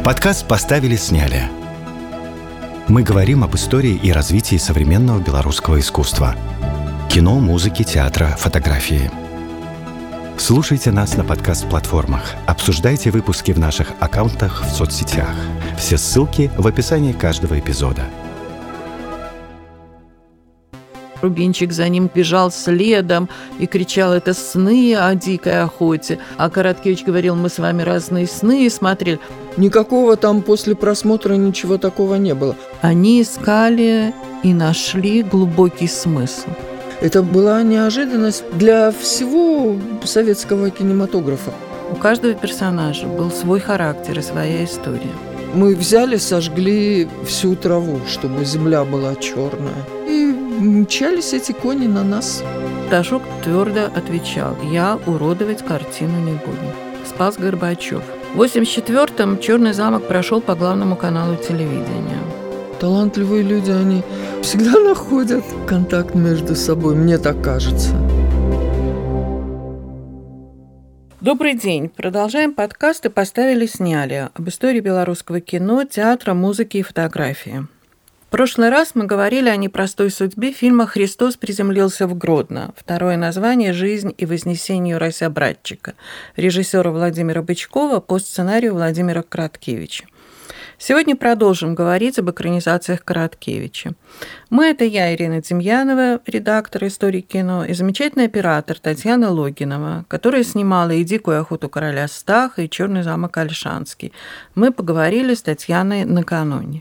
Подкаст «Поставили-сняли». Мы говорим об истории и развитии современного белорусского искусства. Кино, музыки, театра, фотографии. Слушайте нас на подкаст-платформах. Обсуждайте выпуски в наших аккаунтах в соцсетях. Все ссылки в описании каждого эпизода. Рубинчик за ним бежал следом и кричал: «Это сны о дикой охоте». А Короткевич говорил: «Мы с вами разные сны смотрели». Никакого там после просмотра ничего такого не было. Они искали и нашли глубокий смысл. Это была неожиданность для всего советского кинематографа. У каждого персонажа был свой характер и своя история. Мы взяли, сожгли всю траву, чтобы земля была черная. И мчались эти кони на нас. Ташук твердо отвечал: «Я уродовать картину не буду». Спас Горбачев. В 1984-м «Черный замок» прошел по главному каналу телевидения. Талантливые люди, они всегда находят контакт между собой, мне так кажется. Добрый день. Продолжаем подкасты «Поставили-сняли» об истории белорусского кино, театра, музыки и фотографии. В прошлый раз мы говорили о непростой судьбе фильма «Христос приземлился в Гродно». Второе название «Жизнь и вознесение Юрася Братчика» режиссера Владимира Бычкова по сценарию Владимира Короткевича. Сегодня продолжим говорить об экранизациях Короткевича. Мы – это я, Ирина Демьянова, редактор истории кино, и замечательный оператор Татьяна Логинова, которая снимала и «Дикую охоту короля Стаха», и «Черный замок Ольшанский». Мы поговорили с Татьяной накануне.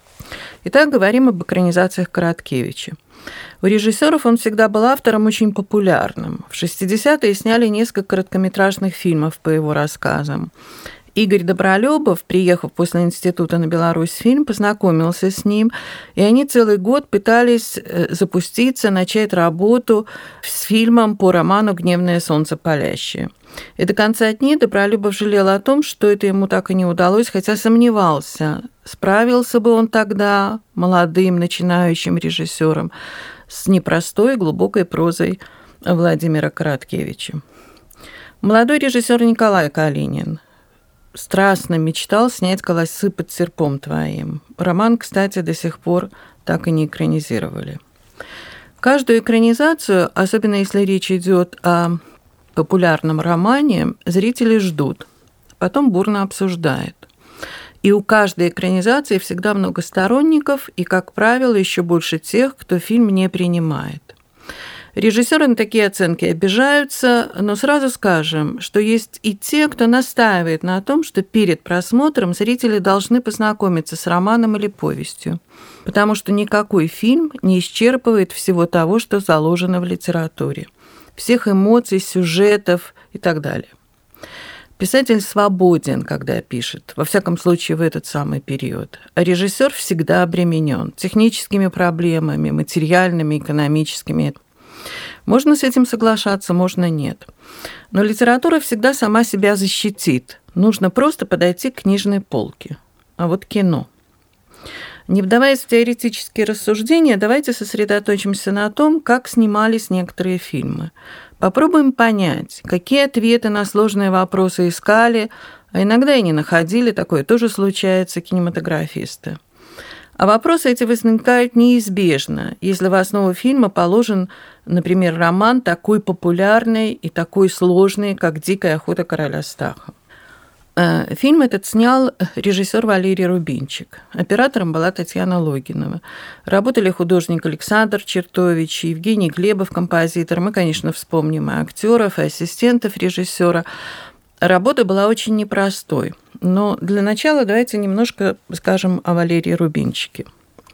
Итак, говорим об экранизациях Короткевича. У режиссеров он всегда был автором очень популярным. В 60-е сняли несколько короткометражных фильмов по его рассказам. Игорь Добролюбов, приехав после института на Беларусь-фильм, познакомился с ним, и они целый год пытались запуститься, начать работу с фильмом по роману «Гневное солнце палящее». И до конца дней Добролюбов жалел о том, что это ему так и не удалось, хотя сомневался, справился бы он тогда, молодым, начинающим режиссером, с непростой, глубокой прозой Владимира Короткевича. Молодой режиссер Николай Калинин страстно мечтал снять «Колосы под серпом твоим». Роман, кстати, до сих пор так и не экранизировали. Каждую экранизацию, особенно если речь идет о популярном романе, зрители ждут, потом бурно обсуждают. И у каждой экранизации всегда много сторонников и, как правило, еще больше тех, кто фильм не принимает. Режиссеры на такие оценки обижаются, но сразу скажем, что есть и те, кто настаивает на том, что перед просмотром зрители должны познакомиться с романом или повестью, потому что никакой фильм не исчерпывает всего того, что заложено в литературе, всех эмоций, сюжетов и так далее. Писатель свободен, когда пишет, во всяком случае в этот самый период, а режиссер всегда обременен техническими проблемами, материальными, экономическими. Можно с этим соглашаться, можно нет. Но литература всегда сама себя защитит. Нужно просто подойти к книжной полке. А вот кино. Не вдаваясь в теоретические рассуждения, давайте сосредоточимся на том, как снимались некоторые фильмы. Попробуем понять, какие ответы на сложные вопросы искали, а иногда и не находили, такое тоже случается, кинематографисты. А вопросы эти возникают неизбежно, если в основу фильма положен, например, роман такой популярный и такой сложный, как «Дикая охота короля Стаха». Фильм этот снял режиссер Валерий Рубинчик. Оператором была Татьяна Логинова. Работали художник Александр Чертович, Евгений Глебов, композитор. Мы, конечно, вспомним и актеров, и ассистентов режиссера. Работа была очень непростой. Но для начала давайте немножко скажем о Валерии Рубинчике.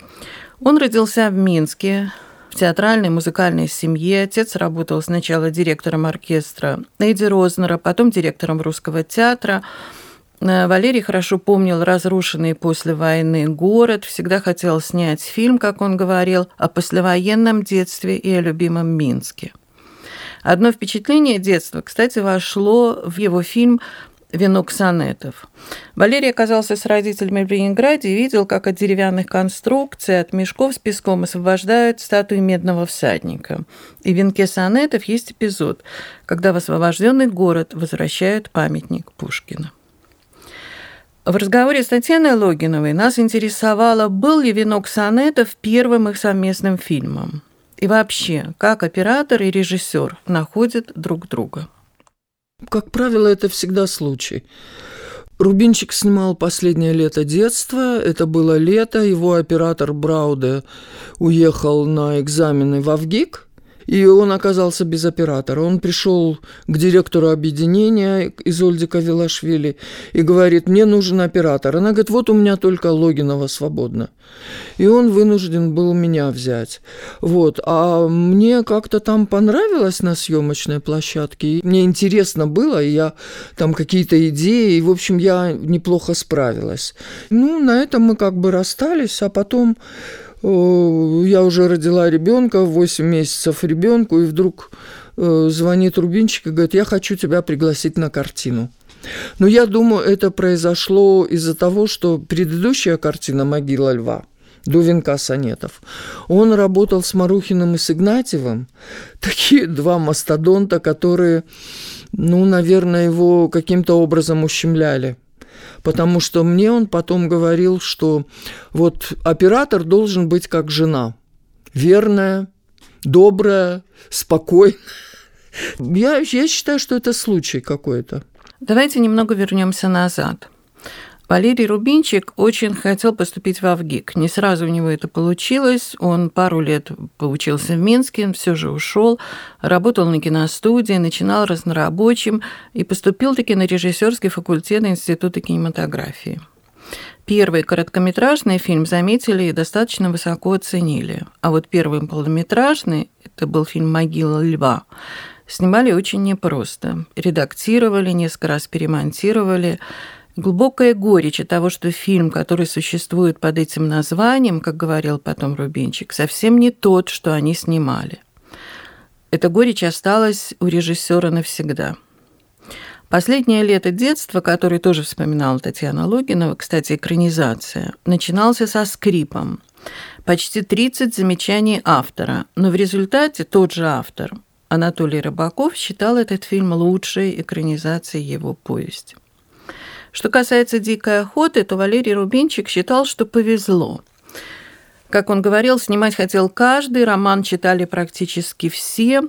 Он родился в Минске, в театральной музыкальной семье. Отец работал сначала директором оркестра Эдди Рознера, потом директором Русского театра. Валерий хорошо помнил разрушенный после войны город, всегда хотел снять фильм, как он говорил, о послевоенном детстве и о любимом Минске. Одно впечатление детства, кстати, вошло в его фильм «Венок сонетов». Валерий оказался с родителями в Ленинграде и видел, как от деревянных конструкций, от мешков с песком освобождают статую медного всадника. И в «Венке сонетов» есть эпизод, когда в освобожденный город возвращают памятник Пушкина. В разговоре с Татьяной Логиновой нас интересовало, был ли «Венок сонетов» первым их совместным фильмом. И вообще, как оператор и режиссер находят друг друга. Как правило, это всегда случай. Рубинчик снимал «Последнее лето детства». Это было лето. Его оператор Брауде уехал на экзамены в Авгик, и он оказался без оператора. Он пришел к директору объединения Изольде Кавилашвили и говорит: мне нужен оператор. Она говорит: вот у меня только Логинова свободна. И он вынужден был меня взять. Вот. А мне как-то там понравилось на съемочной площадке. Мне интересно было, и я там какие-то идеи, и, в общем, я неплохо справилась. Ну, на этом мы как бы расстались, а потом я уже родила ребенка, 8 месяцев ребенку, и вдруг звонит Рубинчик и говорит: я хочу тебя пригласить на картину. Но я думаю, это произошло из-за того, что предыдущая картина «Могила льва» до «Венка сонетов», он работал с Марухиным и с Игнатьевым, такие два мастодонта, которые, ну, наверное, его каким-то образом ущемляли. Потому что мне он потом говорил, что вот оператор должен быть как жена. Верная, добрая, спокойная. Я считаю, что это случай какой-то. Давайте немного вернемся назад. Валерий Рубинчик очень хотел поступить в Авгик. Не сразу у него это получилось. Он пару лет поучился в Минске, все же ушел, работал на киностудии, начинал разнорабочим и поступил таки на режиссерский факультет Института кинематографии. Первый короткометражный фильм заметили и достаточно высоко оценили. А вот первый полнометражный, это был фильм «Могила льва», снимали очень непросто. Редактировали, несколько раз перемонтировали. Глубокая горечь от того, что фильм, который существует под этим названием, как говорил потом Рубинчик, совсем не тот, что они снимали. Эта горечь осталась у режиссера навсегда. «Последнее лето детства», который тоже вспоминала Татьяна Логинова, кстати, экранизация, начинался со скрипом. Почти 30 замечаний автора, но в результате тот же автор, Анатолий Рыбаков, считал этот фильм лучшей экранизацией его повести. Что касается «Дикой охоты», то Валерий Рубинчик считал, что повезло. Как он говорил, снимать хотел каждый, роман читали практически все,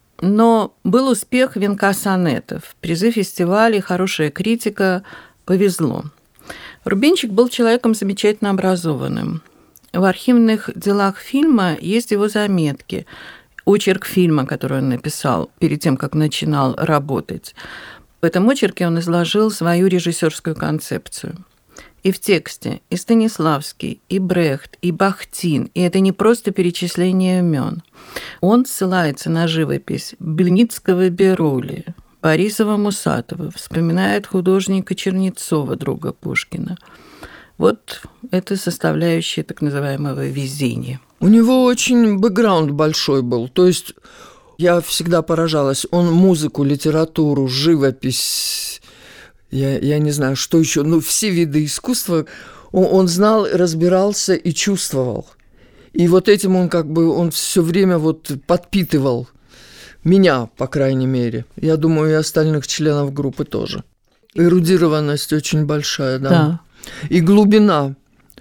но был успех «Венка сонетов», призы фестивалей, хорошая критика, повезло. Рубинчик был человеком замечательно образованным. В архивных делах фильма есть его заметки, очерк фильма, который он написал перед тем, как начинал работать. В этом очерке он изложил свою режиссерскую концепцию. И в тексте и Станиславский, и Брехт, и Бахтин, и это не просто перечисление имен. Он ссылается на живопись Бельницкого-Берули, Борисова-Мусатова, вспоминает художника Чернецова, друга Пушкина. Вот это составляющая так называемого везения. У него очень бэкграунд большой был, то есть я всегда поражалась. Он музыку, литературу, живопись, я не знаю, что еще, ну, все виды искусства он знал, разбирался и чувствовал. И вот этим он как бы, он все время вот подпитывал меня, по крайней мере. Я думаю, и остальных членов группы тоже. Эрудированность очень большая, да. И глубина.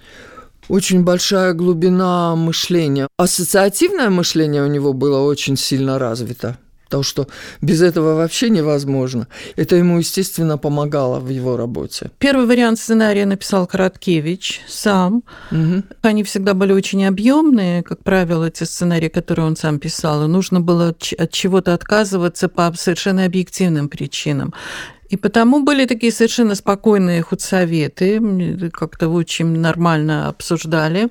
Очень большая глубина мышления. Ассоциативное мышление у него было очень сильно развито, потому что без этого вообще невозможно. Это ему, естественно, помогало в его работе. Первый вариант сценария написал Короткевич сам. Угу. Они всегда были очень объемные, как правило, те сценарии, которые он сам писал, и нужно было от чего-то отказываться по совершенно объективным причинам. И потому были такие совершенно спокойные худсоветы, как-то очень нормально обсуждали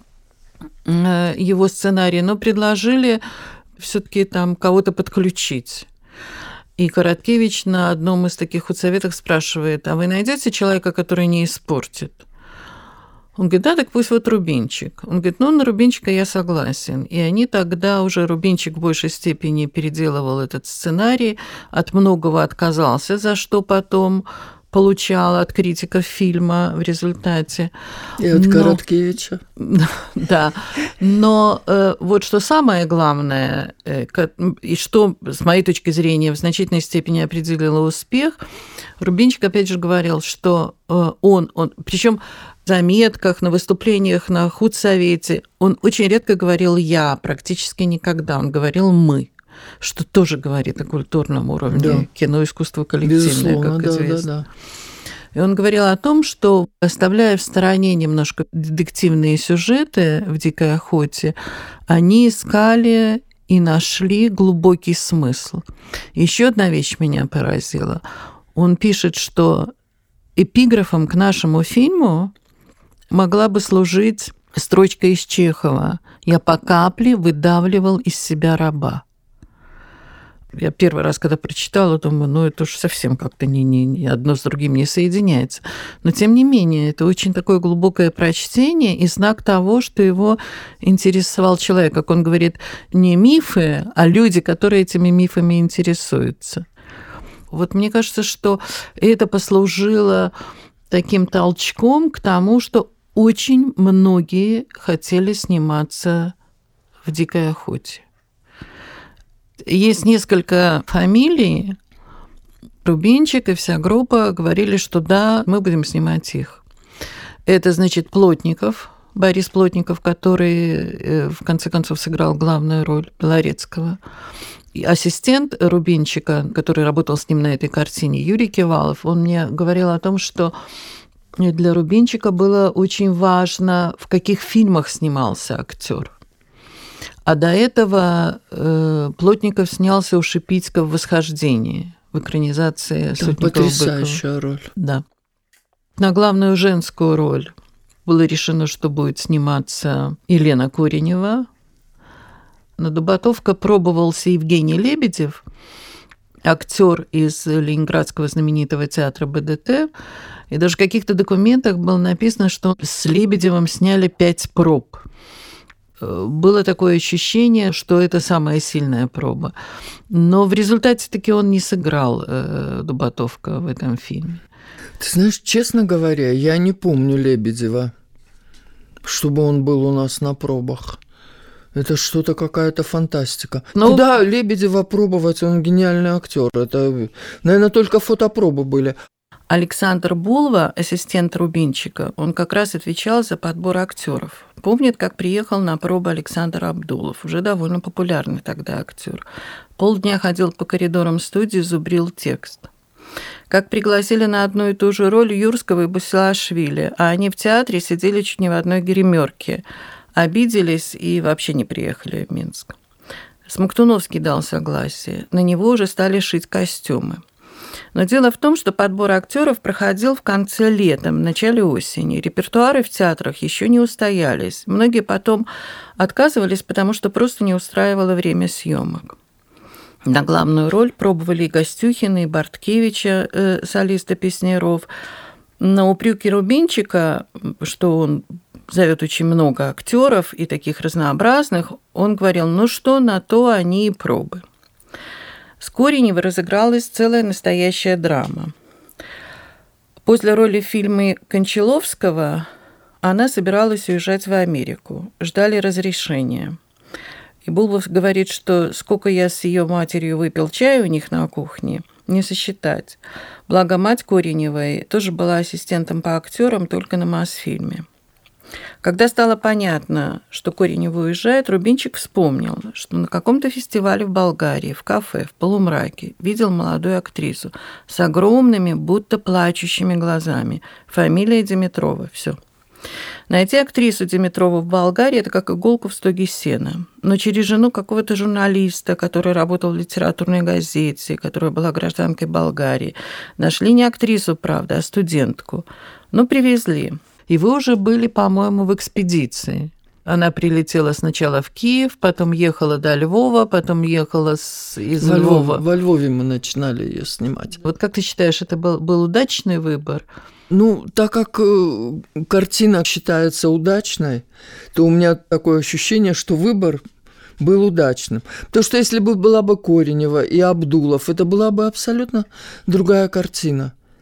его сценарий, но предложили все-таки там кого-то подключить. И Короткевич на одном из таких худсоветов спрашивает: а вы найдете человека, который не испортит? Он говорит: да, так пусть вот Рубинчик. Он говорит: ну, на Рубинчика я согласен. И они тогда уже, Рубинчик в большей степени переделывал этот сценарий, от многого отказался, за что потом получал от критиков фильма в результате. И от Короткевича. Да. Но вот что самое главное, и что, с моей точки зрения, в значительной степени определило успех, Рубинчик опять же говорил, что он причем в заметках, на выступлениях на худсовете, он очень редко говорил «я», практически никогда, он говорил «мы», что тоже говорит о культурном уровне кино, искусство коллективное, безусловно, как известно. Да. И он говорил о том, что, оставляя в стороне немножко детективные сюжеты в «Дикой охоте», они искали и нашли глубокий смысл. Еще одна вещь меня поразила. Он пишет, что эпиграфом к нашему фильму могла бы служить строчка из Чехова «Я по капле выдавливал из себя раба». Я первый раз, когда прочитала, думаю, это уж совсем как-то не одно с другим не соединяется. Но, тем не менее, это очень такое глубокое прочтение и знак того, что его интересовал человек. Как он говорит, не мифы, а люди, которые этими мифами интересуются. Вот мне кажется, что это послужило таким толчком к тому, что очень многие хотели сниматься в «Дикой охоте». Есть несколько фамилий, Рубинчик и вся группа говорили, что да, мы будем снимать их. Это, значит, Плотников, Борис Плотников, который в конце концов сыграл главную роль Белорецкого. И ассистент Рубинчика, который работал с ним на этой картине, Юрий Кивалов, он мне говорил о том, что для Рубинчика было очень важно, в каких фильмах снимался актер. А до этого Плотников снялся у Шипицкого в «Восхождении», в экранизации Сотникова-Быкова. Потрясающая роль. Да. На главную женскую роль было решено, что будет сниматься Елена Коренева. На Дубатовка пробовался Евгений Лебедев, актер из ленинградского знаменитого театра БДТ. И даже в каких-то документах было написано, что с Лебедевым сняли 5 проб. Было такое ощущение, что это самая сильная проба. Но в результате таки он не сыграл Дубатовка в этом фильме. Ты знаешь, честно говоря, я не помню Лебедева, чтобы он был у нас на пробах. Это что-то какая-то фантастика. Куда Лебедева пробовать? Он гениальный актер. Это, наверное, только фотопробы были. Александр Булва, ассистент Рубинчика, он как раз отвечал за подбор актеров. Помнит, как приехал на пробу Александр Абдулов, уже довольно популярный тогда актер. Полдня ходил по коридорам студии, зубрил текст. Как пригласили на одну и ту же роль Юрского и Басилашвили, а они в театре сидели чуть не в одной гримерке, обиделись и вообще не приехали в Минск. Смоктуновский дал согласие, на него уже стали шить костюмы. Но дело в том, что подбор актеров проходил в конце лета, в начале осени. Репертуары в театрах еще не устоялись. Многие потом отказывались, потому что просто не устраивало время съемок. На главную роль пробовали и Гостюхина, и Барткевича, солиста Песняров. На упреки Рубинчика, что он зовет очень много актеров и таких разнообразных, он говорил, что на то они и пробы. С Кореневой разыгралась целая настоящая драма. После роли в фильме Кончаловского она собиралась уезжать в Америку. Ждали разрешения. И Булбов говорит, что сколько я с ее матерью выпил чая у них на кухне, не сосчитать. Благо мать Кореневой тоже была ассистентом по актерам только на Мосфильме. Когда стало понятно, что Коренева уезжает, Рубинчик вспомнил, что на каком-то фестивале в Болгарии, в кафе, в полумраке, видел молодую актрису с огромными, будто плачущими глазами. Фамилия Димитрова. Все. Найти актрису Димитрову в Болгарии – это как иголку в стоге сена. Но через жену какого-то журналиста, который работал в литературной газете, которая была гражданкой Болгарии, нашли не актрису, правда, а студентку. Но привезли. И вы уже были, по-моему, в экспедиции. Она прилетела сначала в Киев, потом ехала до Львова, потом ехала из Львова. Во Львове мы начинали ее снимать. Вот как ты считаешь, это был удачный выбор? Так как картина считается удачной, то у меня такое ощущение, что выбор был удачным. Потому что если бы была бы Коренева и Абдулов, это была бы абсолютно другая картина.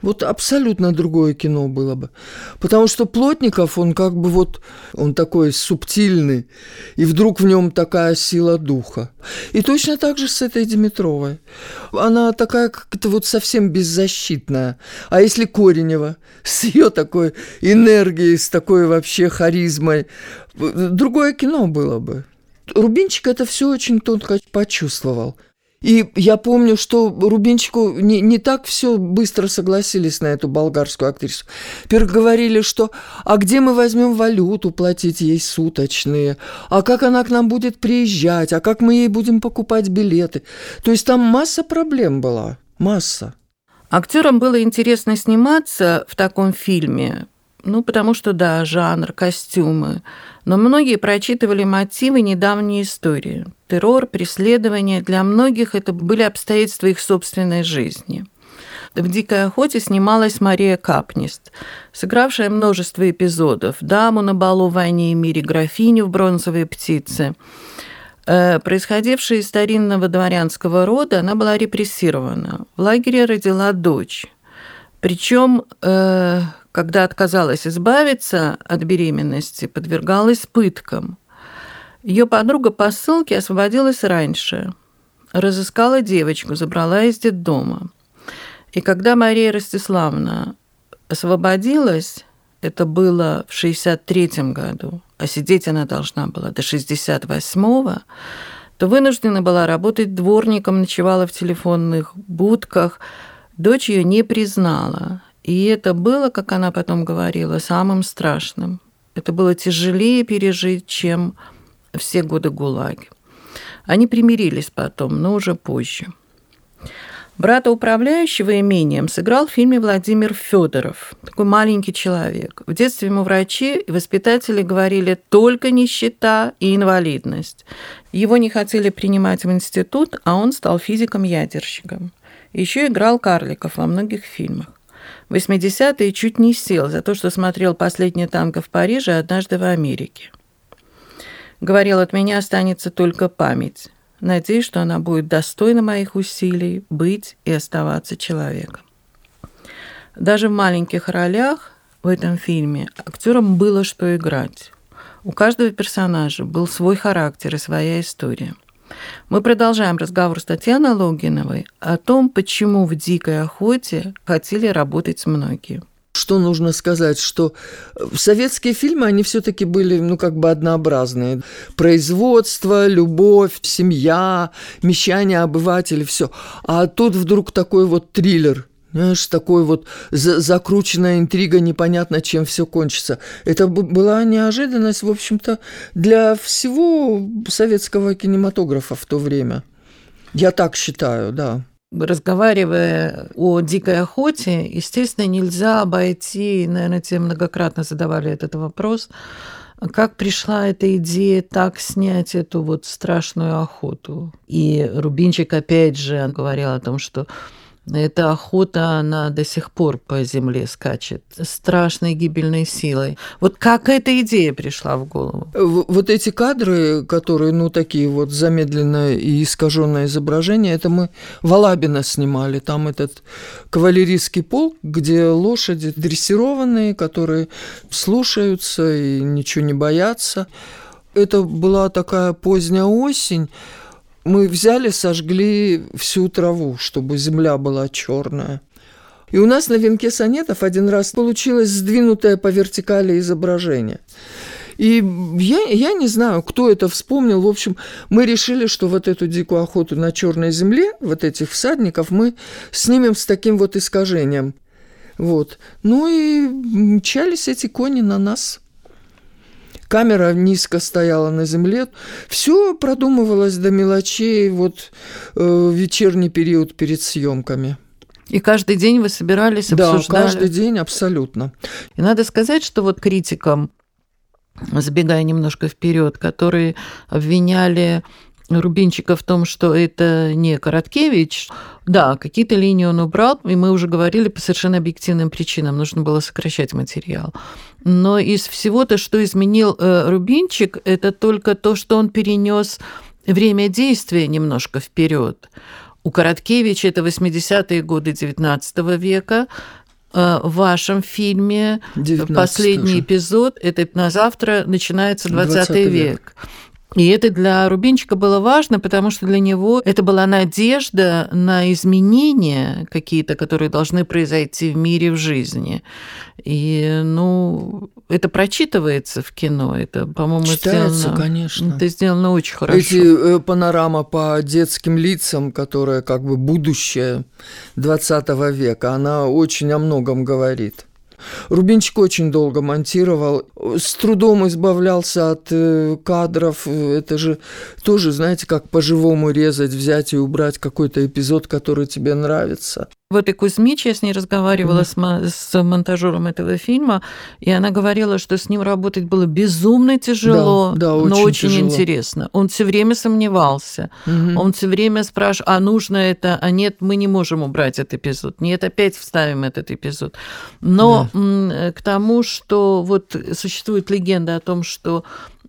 Вот абсолютно другое кино было бы. Потому что Плотников, он как бы вот, он такой субтильный, и вдруг в нем такая сила духа. И точно так же с этой Димитровой. Она такая как-то вот совсем беззащитная. А если Коренева с ее такой энергией, с такой вообще харизмой, другое кино было бы. Рубинчик это все очень тонко почувствовал. И я помню, что Рубинчику не так все быстро согласились на эту болгарскую актрису. Теперь говорили, что а где мы возьмем валюту платить ей суточные, а как она к нам будет приезжать, а как мы ей будем покупать билеты. То есть там масса проблем была, масса. Актерам было интересно сниматься в таком фильме, потому что, да, жанр, костюмы. Но многие прочитывали мотивы недавней истории. Террор, преследование. Для многих это были обстоятельства их собственной жизни. В «Дикой охоте» снималась Мария Капнист, сыгравшая множество эпизодов. Даму на балу в «Войне и мире», графиню в «Бронзовой птице». Происходившая из старинного дворянского рода, она была репрессирована. В лагере родила дочь. Причем, когда отказалась избавиться от беременности, подвергалась пыткам. Ее подруга по ссылке освободилась раньше, разыскала девочку, забрала из детдома. И когда Мария Ростиславовна освободилась, это было в 1963 году, а сидеть она должна была до 1968-го, то вынуждена была работать дворником, ночевала в телефонных будках. Дочь ее не признала. И это было, как она потом говорила, самым страшным. Это было тяжелее пережить, чем все годы ГУЛАГа. Они примирились потом, но уже позже. Брата управляющего имением сыграл в фильме Владимир Федоров, такой маленький человек. В детстве ему врачи и воспитатели говорили только нищета и инвалидность. Его не хотели принимать в институт, а он стал физиком-ядерщиком. Еще играл карликов во многих фильмах. В 80-е чуть не сел за то, что смотрел «Последний танго» в Париже, однажды в Америке. Говорил, от меня останется только память. Надеюсь, что она будет достойна моих усилий быть и оставаться человеком. Даже в маленьких ролях в этом фильме актерам было что играть. У каждого персонажа был свой характер и своя история. Мы продолжаем разговор с Татьяной Логиновой о том, почему в «Дикой охоте» хотели работать многие. Что нужно сказать, что советские фильмы, они все-таки были, однообразные. Производство, любовь, семья, мещане, обыватели, все. А тут вдруг такой вот триллер, знаешь, такой вот закрученная интрига, непонятно, чем все кончится. Это была неожиданность, в общем-то, для всего советского кинематографа в то время. Я так считаю, да. Разговаривая о «Дикой охоте», естественно, нельзя обойти, наверное, тебе многократно задавали этот вопрос, как пришла эта идея так снять эту вот страшную охоту. И Рубинчик опять же говорил о том, что эта охота, она до сих пор по земле скачет страшной гибельной силой. Вот как эта идея пришла в голову? Вот эти кадры, которые, такие вот замедленное и искаженное изображение, это мы в Алабино снимали. Там этот кавалерийский полк, где лошади дрессированные, которые слушаются и ничего не боятся. Это была такая поздняя осень. Мы взяли, сожгли всю траву, чтобы земля была черная. И у нас на венке сонетов один раз получилось сдвинутое по вертикали изображение. И я не знаю, кто это вспомнил. В общем, мы решили, что вот эту дикую охоту на черной земле, вот этих всадников, мы снимем с таким вот искажением. Вот. Ну и мчались эти кони на нас. Камера низко стояла на земле. Все продумывалось до мелочей в вечерний период перед съемками. И каждый день вы собирались, обсуждали? Да, каждый день абсолютно. И надо сказать, что вот критикам, забегая немножко вперед, которые обвиняли Рубинчика в том, что это не Короткевич. Да, какие-то линии он убрал, и мы уже говорили по совершенно объективным причинам. Нужно было сокращать материал. Но из всего-то, что изменил Рубинчик, это только то, что он перенес время действия немножко вперед. У Короткевича это 80-е годы XIX века, В вашем фильме последний эпизод, это на завтра начинается 20 век. И это для Рубинчика было важно, потому что для него это была надежда на изменения какие-то, которые должны произойти в мире, в жизни. И, это прочитывается в кино. Это, по-моему, читается, конечно. Это сделано очень хорошо. Эти панорама по детским лицам, которая как бы будущее 20 века, она очень о многом говорит. Рубинчик очень долго монтировал, с трудом избавлялся от кадров. Это же тоже, знаете, как по-живому резать, взять и убрать какой-то эпизод, который тебе нравится. Вот и Кузьмич, я с ней разговаривала с монтажером этого фильма, и она говорила, что с ним работать было безумно тяжело, да, но очень тяжело. Интересно. Он все время сомневался, он все время спрашивал, а нужно это, а нет, мы не можем убрать этот эпизод, нет, опять вставим этот эпизод. Но к тому, что вот существует легенда о том, что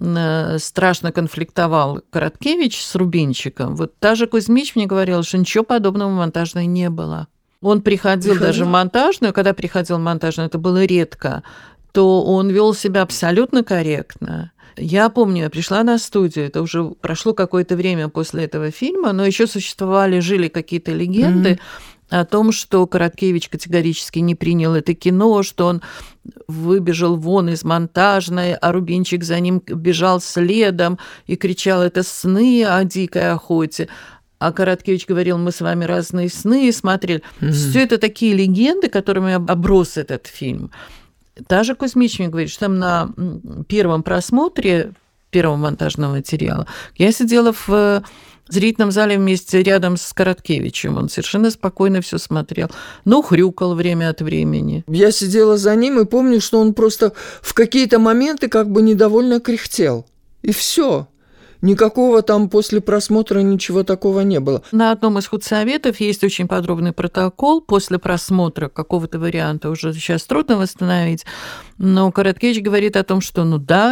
страшно конфликтовал Короткевич с Рубинчиком, вот та же Кузьмич мне говорила, что ничего подобного в монтажной не было. Он приходил даже в монтажную, когда приходил в монтажную, это было редко, то он вел себя абсолютно корректно. Я помню, я пришла на студию, это уже прошло какое-то время после этого фильма, но еще жили какие-то легенды о том, что Короткевич категорически не принял это кино, что он выбежал вон из монтажной, а Рубинчик за ним бежал следом и кричал: «Это сны о дикой охоте». А Короткевич говорил: «Мы с вами разные сны смотрели». Все это такие легенды, которыми оброс этот фильм. Та же Кузьмич мне говорит, что там на первом просмотре первого монтажного материала я сидела в зрительном зале вместе рядом с Короткевичем. Он совершенно спокойно все смотрел, но хрюкал время от времени. Я сидела за ним и помню, что он просто в какие-то моменты как бы недовольно кряхтел. И все. Никакого там после просмотра ничего такого не было. На одном из худсоветов есть очень подробный протокол после просмотра какого-то варианта, уже сейчас трудно восстановить, но Короткевич говорит о том, что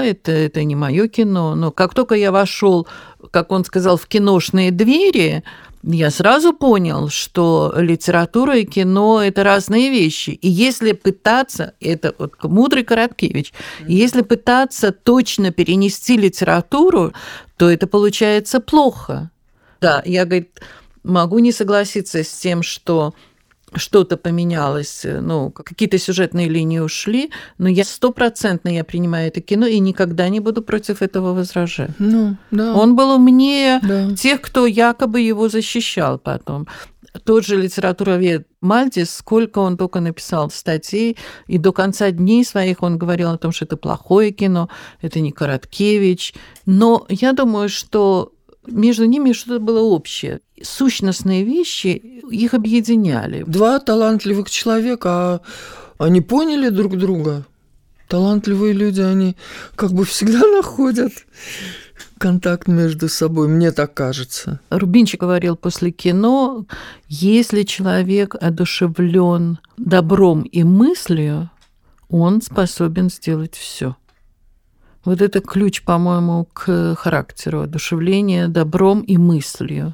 это не мое кино, но как только я вошел, как он сказал, в киношные двери, я сразу понял, что литература и кино – это разные вещи. И если пытаться, это вот мудрый Короткевич, если пытаться точно перенести литературу, то это получается плохо. Да, я, говорит, могу не согласиться с тем, что что-то поменялось, какие-то сюжетные линии ушли, но я 100% принимаю это кино и никогда не буду против этого возражать. Да. Он был умнее тех, кто якобы его защищал потом. Тот же литературовед Мальдис, сколько он только написал статей, и до конца дней своих он говорил о том, что это плохое кино, это не Короткевич. Но я думаю, что между ними что-то было общее. Сущностные вещи их объединяли. Два талантливых человека, они поняли друг друга. Талантливые люди, они как бы всегда находят контакт между собой, мне так кажется. Рубинчик говорил после кино: если человек одушевлен добром и мыслью, он способен сделать все. Вот это ключ, по-моему, к характеру, одушевление добром и мыслью.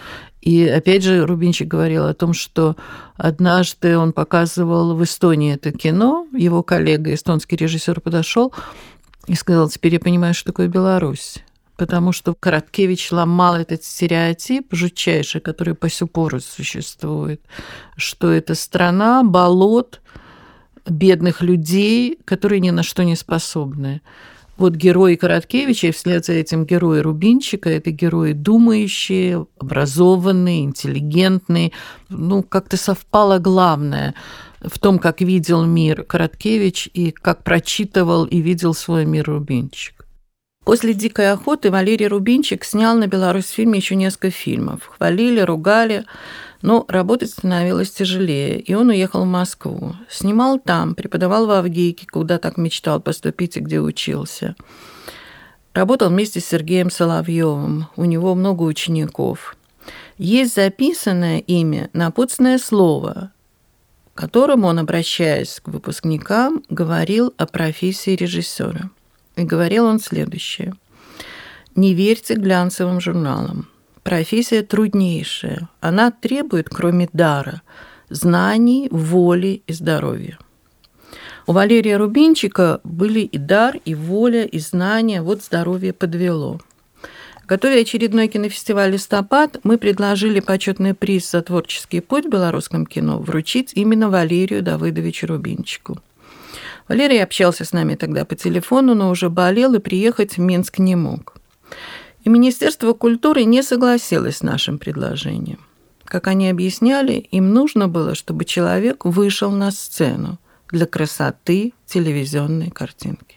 И опять же Рубинчик говорил о том, что однажды он показывал в Эстонии это кино, его коллега, эстонский режиссер, подошел и сказал: «Теперь я понимаю, что такое Беларусь». Потому что Короткевич ломал этот стереотип жутчайший, который по сю пору существует, что это страна болот, бедных людей, которые ни на что не способны. Вот герои Короткевича, и вслед за этим герои Рубинчика – это герои думающие, образованные, интеллигентные. Как-то совпало главное в том, как видел мир Короткевич и как прочитывал и видел свой мир Рубинчик. После «Дикой охоты» Валерий Рубинчик снял на Беларусьфильме еще несколько фильмов. Хвалили, ругали, но работать становилось тяжелее, и он уехал в Москву. Снимал там, преподавал в Авгейке, куда так мечтал поступить и где учился. Работал вместе с Сергеем Соловьевым, у него много учеников. Есть записанное ими напутственное слово, которым он, обращаясь к выпускникам, говорил о профессии режиссера. И говорил он следующее: «Не верьте глянцевым журналам. Профессия труднейшая. Она требует, кроме дара, знаний, воли и здоровья. У Валерия Рубинчика были и дар, и воля, и знания. Вот здоровье подвело. Готовя очередной кинофестиваль «Листопад», мы предложили почетный приз за творческий путь в белорусском кино вручить именно Валерию Давыдовичу Рубинчику. Валерий общался с нами тогда по телефону, но уже болел и приехать в Минск не мог. И Министерство культуры не согласилось с нашим предложением. Как они объясняли, им нужно было, чтобы человек вышел на сцену для красоты телевизионной картинки.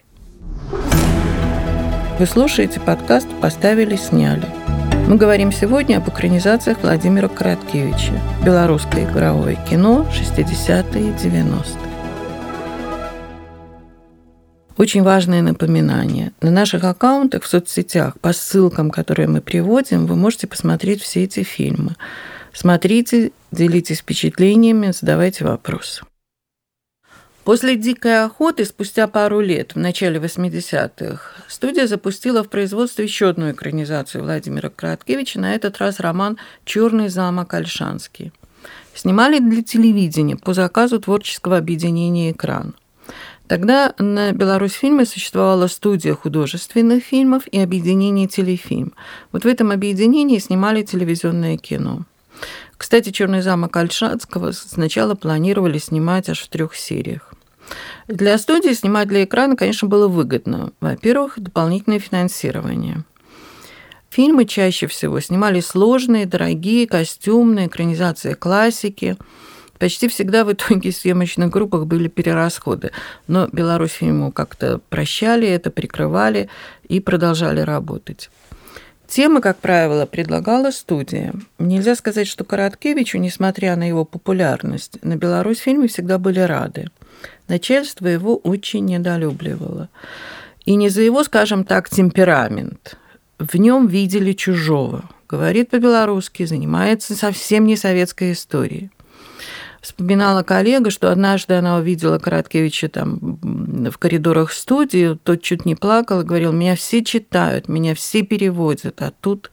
Вы слушаете подкаст «Поставили, сняли». Мы говорим сегодня об экранизациях Владимира Короткевича, белорусское игровое кино 60-е и 90-е. Очень важное напоминание. На наших аккаунтах в соцсетях, по ссылкам, которые мы приводим, вы можете посмотреть все эти фильмы. Смотрите, делитесь впечатлениями, задавайте вопросы. После «Дикой охоты» спустя пару лет, в начале 80-х, студия запустила в производство еще одну экранизацию Владимира Короткевича, на этот раз роман «Черный замок Ольшанский». Снимали для телевидения по заказу творческого объединения «Экран». Тогда на Беларусьфильме существовала студия художественных фильмов и объединение «Телефильм». Вот в этом объединении снимали телевизионное кино. Кстати, «Черный замок Ольшанского» сначала планировали снимать аж в 3 сериях. Для студии снимать для экрана, конечно, было выгодно. Во-первых, дополнительное финансирование. Фильмы чаще всего снимали сложные, дорогие, костюмные, экранизации классики. Почти всегда в итоге в съемочных группах были перерасходы. Но Беларусьфильму как-то прощали это, прикрывали и продолжали работать. Темы, как правило, предлагала студия. Нельзя сказать, что Короткевичу, несмотря на его популярность, на Беларусьфильме всегда были рады. Начальство его очень недолюбливало. И не за его, скажем так, темперамент. В нем видели чужого. Говорит по-белорусски, занимается совсем не советской историей. Вспоминала коллега, что однажды она увидела Короткевича там в коридорах студии, тот чуть не плакал и говорил: меня все читают, меня все переводят, а тут...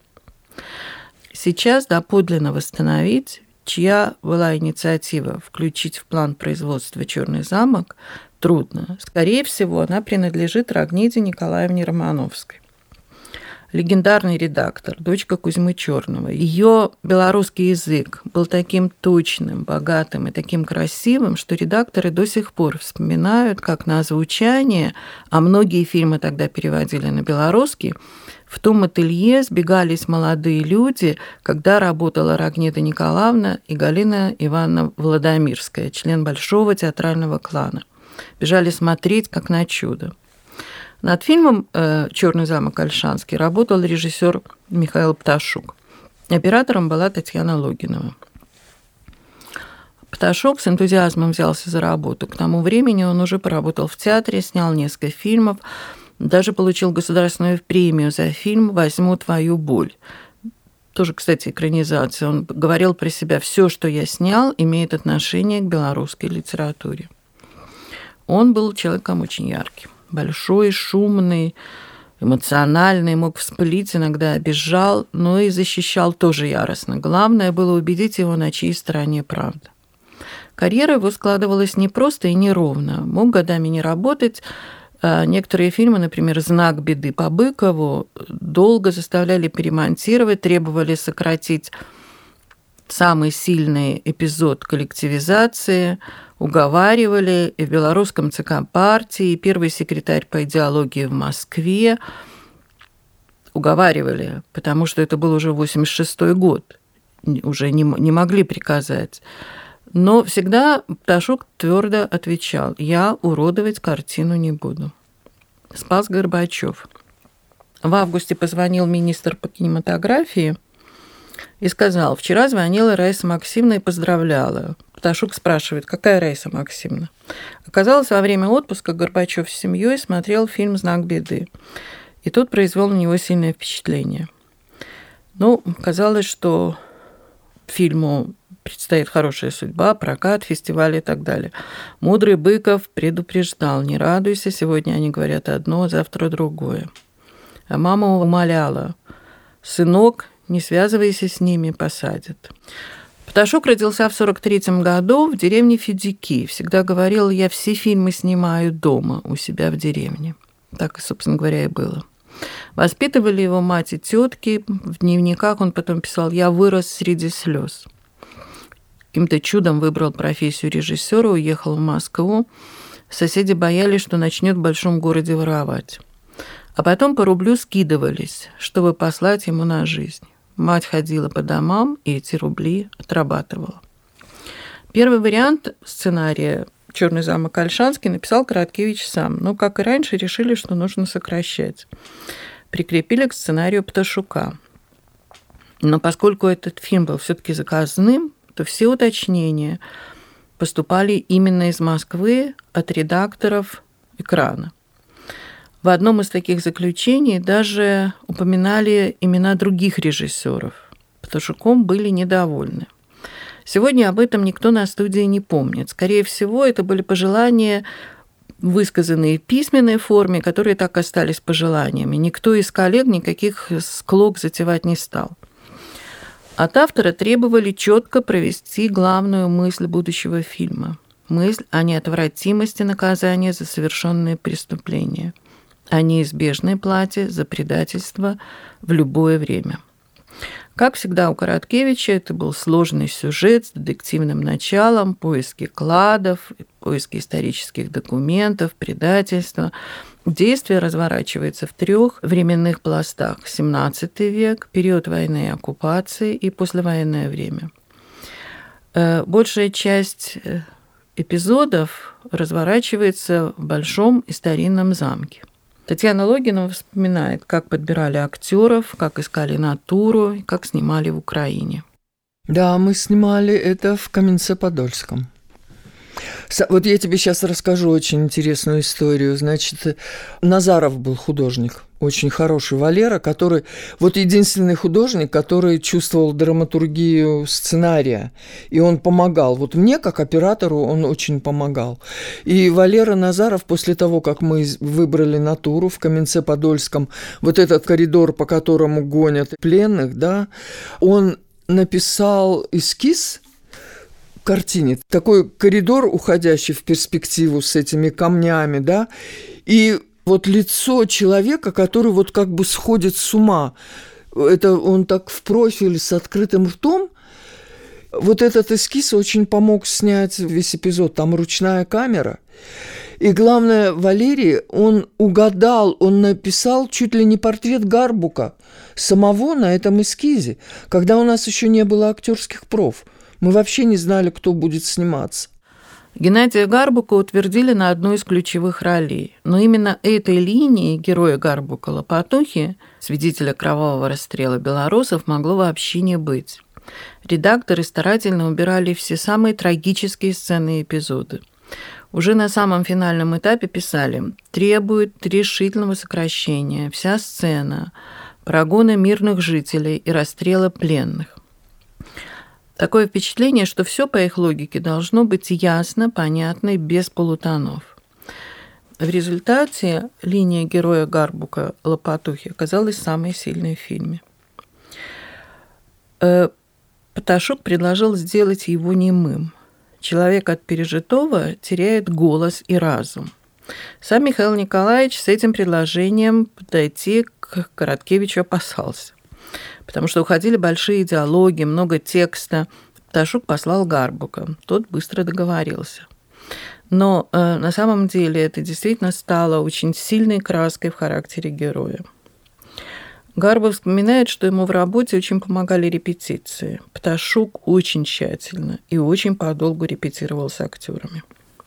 Сейчас доподлинно восстановить, чья была инициатива включить в план производства «Черный замок», трудно. Скорее всего, она принадлежит Рогнеде Николаевне Романовской. Легендарный редактор, дочка Кузьмы Черного. Ее белорусский язык был таким точным, богатым и таким красивым, что редакторы до сих пор вспоминают, как на озвучание, а многие фильмы тогда переводили на белорусский, в том ателье сбегались молодые люди, когда работала Рогнеда Николаевна и Галина Ивановна Владимирская, член большого театрального клана. Бежали смотреть, как на чудо. Над фильмом «Черный замок Ольшанский» работал режиссер Михаил Пташук. Оператором была Татьяна Логинова. Пташук с энтузиазмом взялся за работу. К тому времени он уже поработал в театре, снял несколько фильмов, даже получил государственную премию за фильм «Возьму твою боль». Тоже, кстати, экранизация. Он говорил про себя: все, что я снял, имеет отношение к белорусской литературе. Он был человеком очень ярким. Большой, шумный, эмоциональный, мог вспылить, иногда обижал, но и защищал тоже яростно. Главное было убедить его, на чьей стороне правда. Карьера его складывалась непросто и неровно. Мог годами не работать. Некоторые фильмы, например, «Знак беды» по Быкову, долго заставляли перемонтировать, требовали сократить самый сильный эпизод коллективизации, уговаривали и в белорусском ЦК партии, и первый секретарь по идеологии в Москве уговаривали, потому что это был уже 86-й год, уже не могли приказать. Но всегда Пташук твердо отвечал: я уродовать картину не буду. Спас Горбачев. В августе позвонил министр по кинематографии и сказал: вчера звонила Раиса Максимовна и поздравляла. Пташук спрашивает: какая Раиса Максимовна? Оказалось, во время отпуска Горбачев с семьей смотрел фильм «Знак беды», и тот произвел на него сильное впечатление. Ну, казалось, что фильму предстоит хорошая судьба, прокат, фестиваль и так далее. Мудрый Быков предупреждал: не радуйся, сегодня они говорят одно, завтра другое. А мама умоляла: сынок, не связывайся с ними, посадят. Пташук родился в 1943 году в деревне Федяки. Всегда говорил: я все фильмы снимаю дома, у себя в деревне. Так, собственно говоря, и было. Воспитывали его мать и тетки. В дневниках он потом писал: я вырос среди слез. Каким-то чудом выбрал профессию режиссера, уехал в Москву. Соседи боялись, что начнет в большом городе воровать. А потом по рублю скидывались, чтобы послать ему на жизнь. Мать ходила по домам и эти рубли отрабатывала. Первый вариант сценария «Черный замок Ольшанский» написал Короткевич сам, но, как и раньше, решили, что нужно сокращать. Прикрепили к сценарию Пташука. Но поскольку этот фильм был все-таки заказным, то все уточнения поступали именно из Москвы от редакторов экрана. В одном из таких заключений даже упоминали имена других режиссеров. Пташуком были недовольны. Сегодня об этом никто на студии не помнит. Скорее всего, это были пожелания, высказанные в письменной форме, которые так остались пожеланиями. Никто из коллег никаких склок затевать не стал. От автора требовали четко провести главную мысль будущего фильма. Мысль о неотвратимости наказания за совершенные преступления, о неизбежной плате за предательство в любое время. Как всегда у Короткевича, это был сложный сюжет с детективным началом, поиски кладов, поиски исторических документов, предательства. Действие разворачивается в 3 временных пластах: XVII век, период войны и оккупации и послевоенное время. Большая часть эпизодов разворачивается в большом и старинном замке. Татьяна Логинова вспоминает, как подбирали актеров, как искали натуру, как снимали в Украине. Да, мы снимали это в Каменце-Подольском. Вот я тебе сейчас расскажу очень интересную историю. Значит, Назаров был художник, очень хороший, Валера, который... Вот единственный художник, который чувствовал драматургию сценария, и он помогал. Вот мне, как оператору, он очень помогал. И Валера Назаров, после того, как мы выбрали натуру в Каменце-Подольском, вот этот коридор, по которому гонят пленных, да, он написал эскиз картине. Такой коридор, уходящий в перспективу с этими камнями, да, и вот лицо человека, который вот как бы сходит с ума. Это он так в профиль с открытым ртом. Вот этот эскиз очень помог снять весь эпизод. Там ручная камера. И главное, Валерий, он угадал, он написал чуть ли не портрет Гарбука самого на этом эскизе, когда у нас еще не было актерских проф. Мы вообще не знали, кто будет сниматься. Геннадия Гарбука утвердили на одну из ключевых ролей. Но именно этой линии героя Гарбука Лопатухи, свидетеля кровавого расстрела белорусов, могло вообще не быть. Редакторы старательно убирали все самые трагические сцены и эпизоды. Уже на самом финальном этапе писали: требует решительного сокращения вся сцена, прогона мирных жителей и расстрела пленных. Такое впечатление, что все по их логике должно быть ясно, понятно и без полутонов. В результате линия героя Гарбука Лопатухи оказалась самой сильной в фильме. Пташук предложил сделать его немым. Человек от пережитого теряет голос и разум. Сам Михаил Николаевич с этим предложением подойти к Короткевичу опасался, потому что уходили большие диалоги, много текста. Пташук послал Гарбука. Тот быстро договорился. Но на самом деле это действительно стало очень сильной краской в характере героя. Гарбов вспоминает, что ему в работе очень помогали репетиции. Пташук очень тщательно и очень подолгу репетировал с актерами.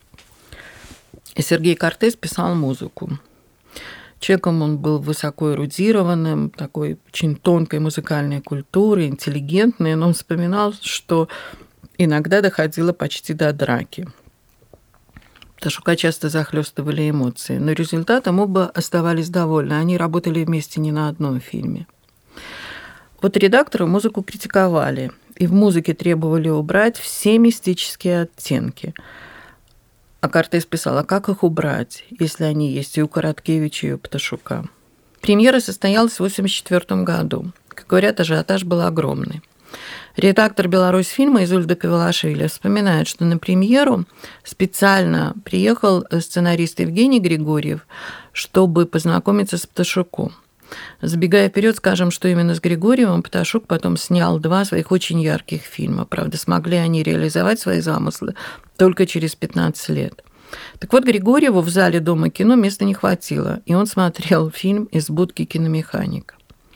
И Сергей Кортес писал музыку. Человеком он был высоко эрудированным, такой очень тонкой музыкальной культуры, интеллигентный, но он вспоминал, что иногда доходило почти до драки. Пташука часто захлестывали эмоции, но результатом оба оставались довольны. Они работали вместе не на одном фильме. Вот редакторы музыку критиковали, и в музыке требовали убрать все мистические оттенки. А Кортес писал: а как их убрать, если они есть и у Короткевича, и у Пташука? Премьера состоялась в 1984 году. Как говорят, ажиотаж был огромный. Редактор «Беларусьфильма» Изольда Кавелашвили вспоминает, что на премьеру специально приехал сценарист Евгений Григорьев, чтобы познакомиться с Пташуком. Забегая вперед, скажем, что именно с Григорьевым Пташук потом снял 2 своих очень ярких фильма. Правда, смогли они реализовать свои замыслы только через 15 лет. Так вот, Григорьеву в зале Дома кино места не хватило, и он смотрел фильм «Из будки киномеханика».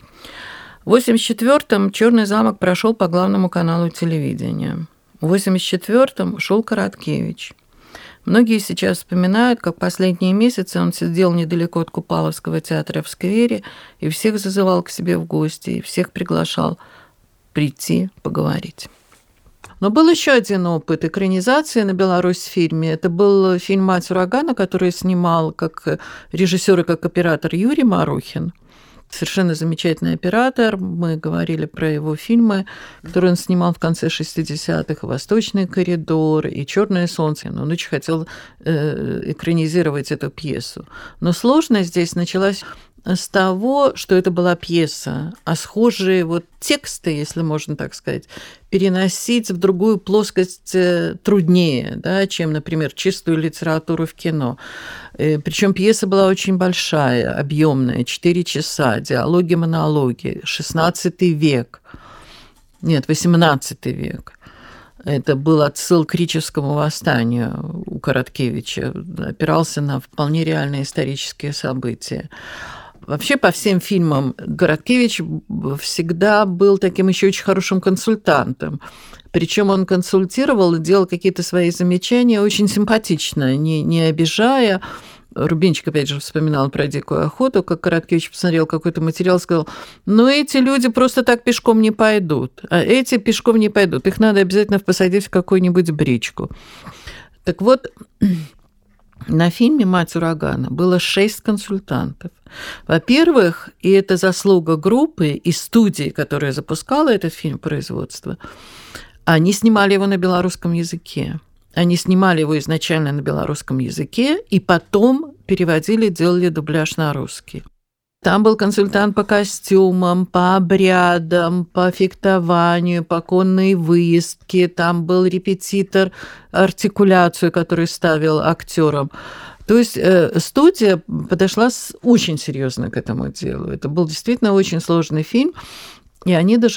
В 1984-м «Черный замок» прошел по главному каналу телевидения. В 1984-м ушел Короткевич. Многие сейчас вспоминают, как последние месяцы он сидел недалеко от Купаловского театра в сквере и всех зазывал к себе в гости, и всех приглашал прийти поговорить. Но был еще один опыт экранизации на Беларусьфильме. Это был фильм «Мать урагана», который снимал как режиссер и как оператор Юрий Марухин. Совершенно замечательный оператор. Мы говорили про его фильмы, которые он снимал в конце 60-х. «Восточный коридор» и «Черное солнце». Он очень хотел экранизировать эту пьесу. Но сложность здесь началась с того, что это была пьеса, а схожие вот тексты, если можно так сказать, переносить в другую плоскость труднее, да, чем, например, чистую литературу в кино. Причем пьеса была очень большая, объемная, 4 часа, диалоги, монологи, 16 век, нет, 18 век. Это был отсыл к Ричевскому восстанию у Короткевича, опирался на вполне реальные исторические события. Вообще, по всем фильмам Короткевич всегда был таким еще очень хорошим консультантом. Причем он консультировал и делал какие-то свои замечания очень симпатично, не обижая. Рубинчик, опять же, вспоминал про «Дикую охоту», как Короткевич посмотрел какой-то материал, сказал: ну, эти люди просто так пешком не пойдут, а эти пешком не пойдут, их надо обязательно посадить в какую-нибудь бричку. Так вот, на фильме «Мать урагана» было 6 консультантов. Во-первых, и это заслуга группы и студии, которая запускала этот фильм производства, они снимали его на белорусском языке. Они снимали его изначально на белорусском языке и потом переводили, делали дубляж на русский. Там был консультант по костюмам, по обрядам, по фехтованию, по конной выездке. Там был репетитор артикуляцию, который ставил актерам. То есть студия подошла очень серьезно к этому делу. Это был действительно очень сложный фильм. И они даже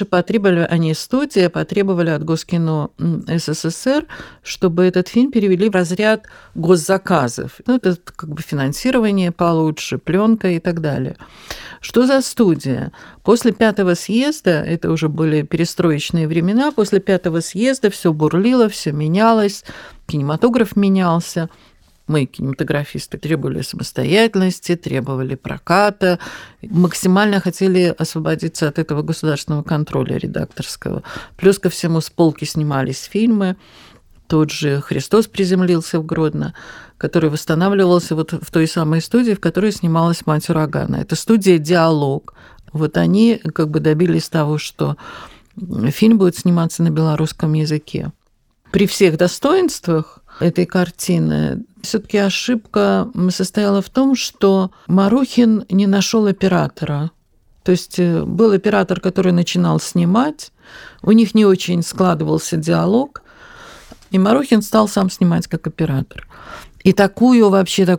студия потребовали от Госкино СССР, чтобы этот фильм перевели в разряд госзаказов. Ну, это как бы финансирование получше, пленка и так далее. Что за студия? После 5-го съезда, это уже были перестроечные времена, после 5-го съезда все бурлило, все менялось, кинематограф менялся. Мы, кинематографисты, требовали самостоятельности, требовали проката, максимально хотели освободиться от этого государственного контроля редакторского. Плюс ко всему с полки снимались фильмы. Тот же «Христос приземлился» в Гродно, который восстанавливался вот в той самой студии, в которой снималась «Мать урагана». Это студия «Диалог». Вот они как бы добились того, что фильм будет сниматься на белорусском языке. При всех достоинствах этой картины все-таки ошибка состояла в том, что Марухин не нашел оператора. То есть был оператор, который начинал снимать, у них не очень складывался диалог, и Марухин стал сам снимать как оператор. И такую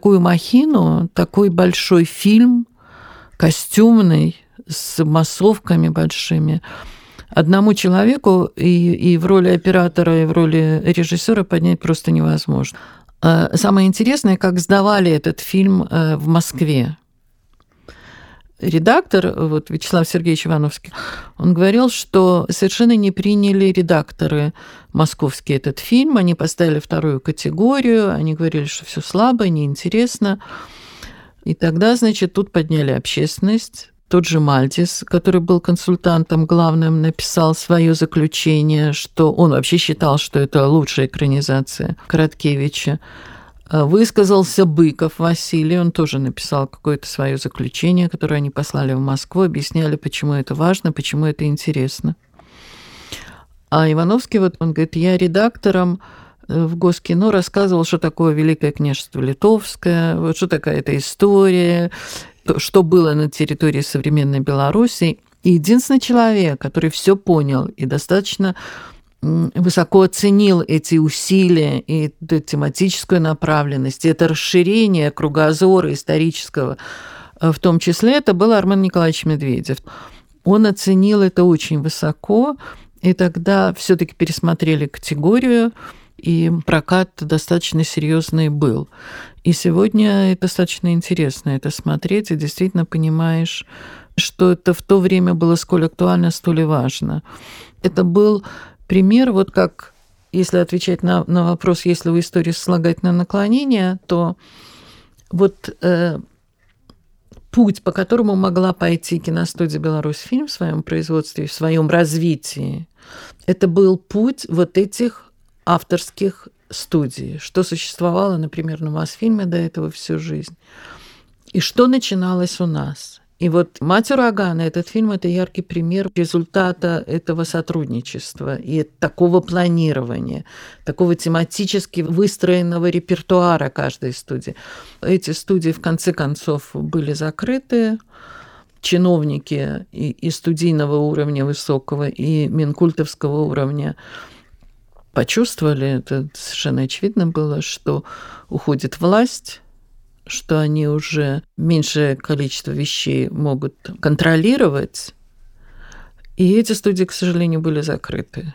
махину, такой большой фильм, костюмный, с массовками большими, одному человеку и в роли оператора, и в роли режиссера поднять просто невозможно. Самое интересное, как сдавали этот фильм в Москве. Редактор, вот Вячеслав Сергеевич Ивановский, он говорил, что совершенно не приняли редакторы московские этот фильм, они поставили 2-ю категорию, они говорили, что все слабо, неинтересно. И тогда, значит, тут подняли общественность. Тот же Мальдис, который был консультантом главным, написал свое заключение, что он вообще считал, что это лучшая экранизация Короткевича. Высказался Быков Василий, он тоже написал какое-то свое заключение, которое они послали в Москву, объясняли, почему это важно, почему это интересно. А Ивановский, вот он говорит, я редактором в Госкино рассказывал, что такое Великое княжество Литовское, вот что такая эта история, что было на территории современной Беларуси. И единственный человек, который все понял и достаточно высоко оценил эти усилия и эту тематическую направленность, и это расширение кругозора исторического, в том числе, это был Армен Николаевич Медведев. Он оценил это очень высоко, и тогда все-таки пересмотрели категорию, и прокат достаточно серьезный был. И сегодня достаточно интересно это смотреть, и действительно понимаешь, что это в то время было сколь актуально, столь и важно. Это был пример, вот как, если отвечать на вопрос, есть ли в истории сослагательное наклонение, то вот путь, по которому могла пойти киностудия «Беларусьфильм» в своем производстве, в своем развитии, это был путь вот этих авторских студий, что существовало, например, на Мосфильме до этого всю жизнь, и что начиналось у нас. И вот «Мать урагана», этот фильм, это яркий пример результата этого сотрудничества и такого планирования, такого тематически выстроенного репертуара каждой студии. Эти студии, в конце концов, были закрыты. Чиновники и студийного уровня высокого, и минкультовского уровня почувствовали, это совершенно очевидно было, что уходит власть, что они уже меньшее количество вещей могут контролировать, и эти студии, к сожалению, были закрыты.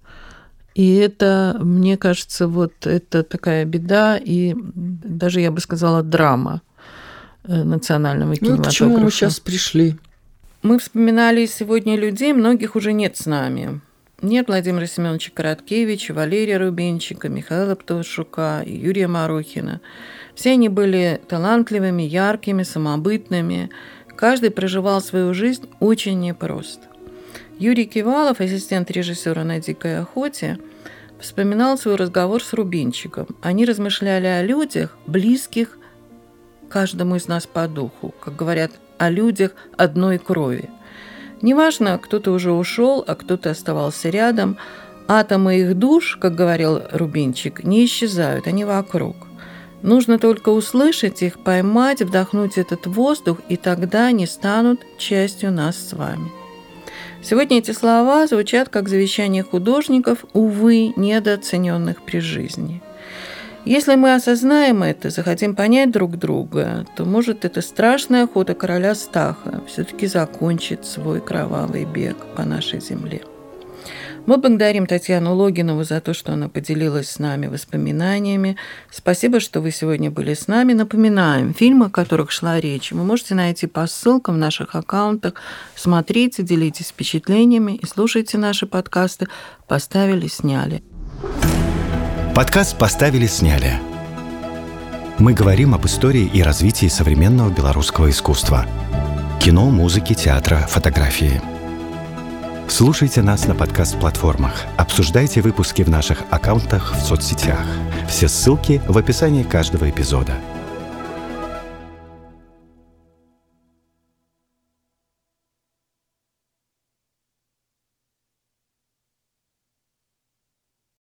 И это, мне кажется, вот это такая беда, и даже, я бы сказала, драма национального кинематографа. К чему мы сейчас пришли? Мы вспоминали сегодня людей, многих уже нет с нами. Нет Владимира Семеновича Короткевича, Валерия Рубинчика, Михаила Птушука и Юрия Марухина. Все они были талантливыми, яркими, самобытными. Каждый проживал свою жизнь очень непросто. Юрий Кивалов, ассистент режиссера на «Дикой охоте», вспоминал свой разговор с Рубинчиком. Они размышляли о людях, близких каждому из нас по духу, как говорят, о людях одной крови. Неважно, кто-то уже ушел, а кто-то оставался рядом, атомы их душ, как говорил Рубинчик, не исчезают, они вокруг. Нужно только услышать их, поймать, вдохнуть этот воздух, и тогда они станут частью нас с вами. Сегодня эти слова звучат как завещание художников, увы, недооцененных при жизни. Если мы осознаем это, захотим понять друг друга, то, может, эта страшная охота короля Стаха все-таки закончит свой кровавый бег по нашей земле. Мы благодарим Татьяну Логинову за то, что она поделилась с нами воспоминаниями. Спасибо, что вы сегодня были с нами. Напоминаем, фильмы, о которых шла речь, вы можете найти по ссылкам в наших аккаунтах. Смотрите, делитесь впечатлениями и слушайте наши подкасты «Поставили, сняли». Подкаст «Поставили, сняли». Мы говорим об истории и развитии современного белорусского искусства. Кино, музыки, театра, фотографии. Слушайте нас на подкаст-платформах. Обсуждайте выпуски в наших аккаунтах в соцсетях. Все ссылки в описании каждого эпизода.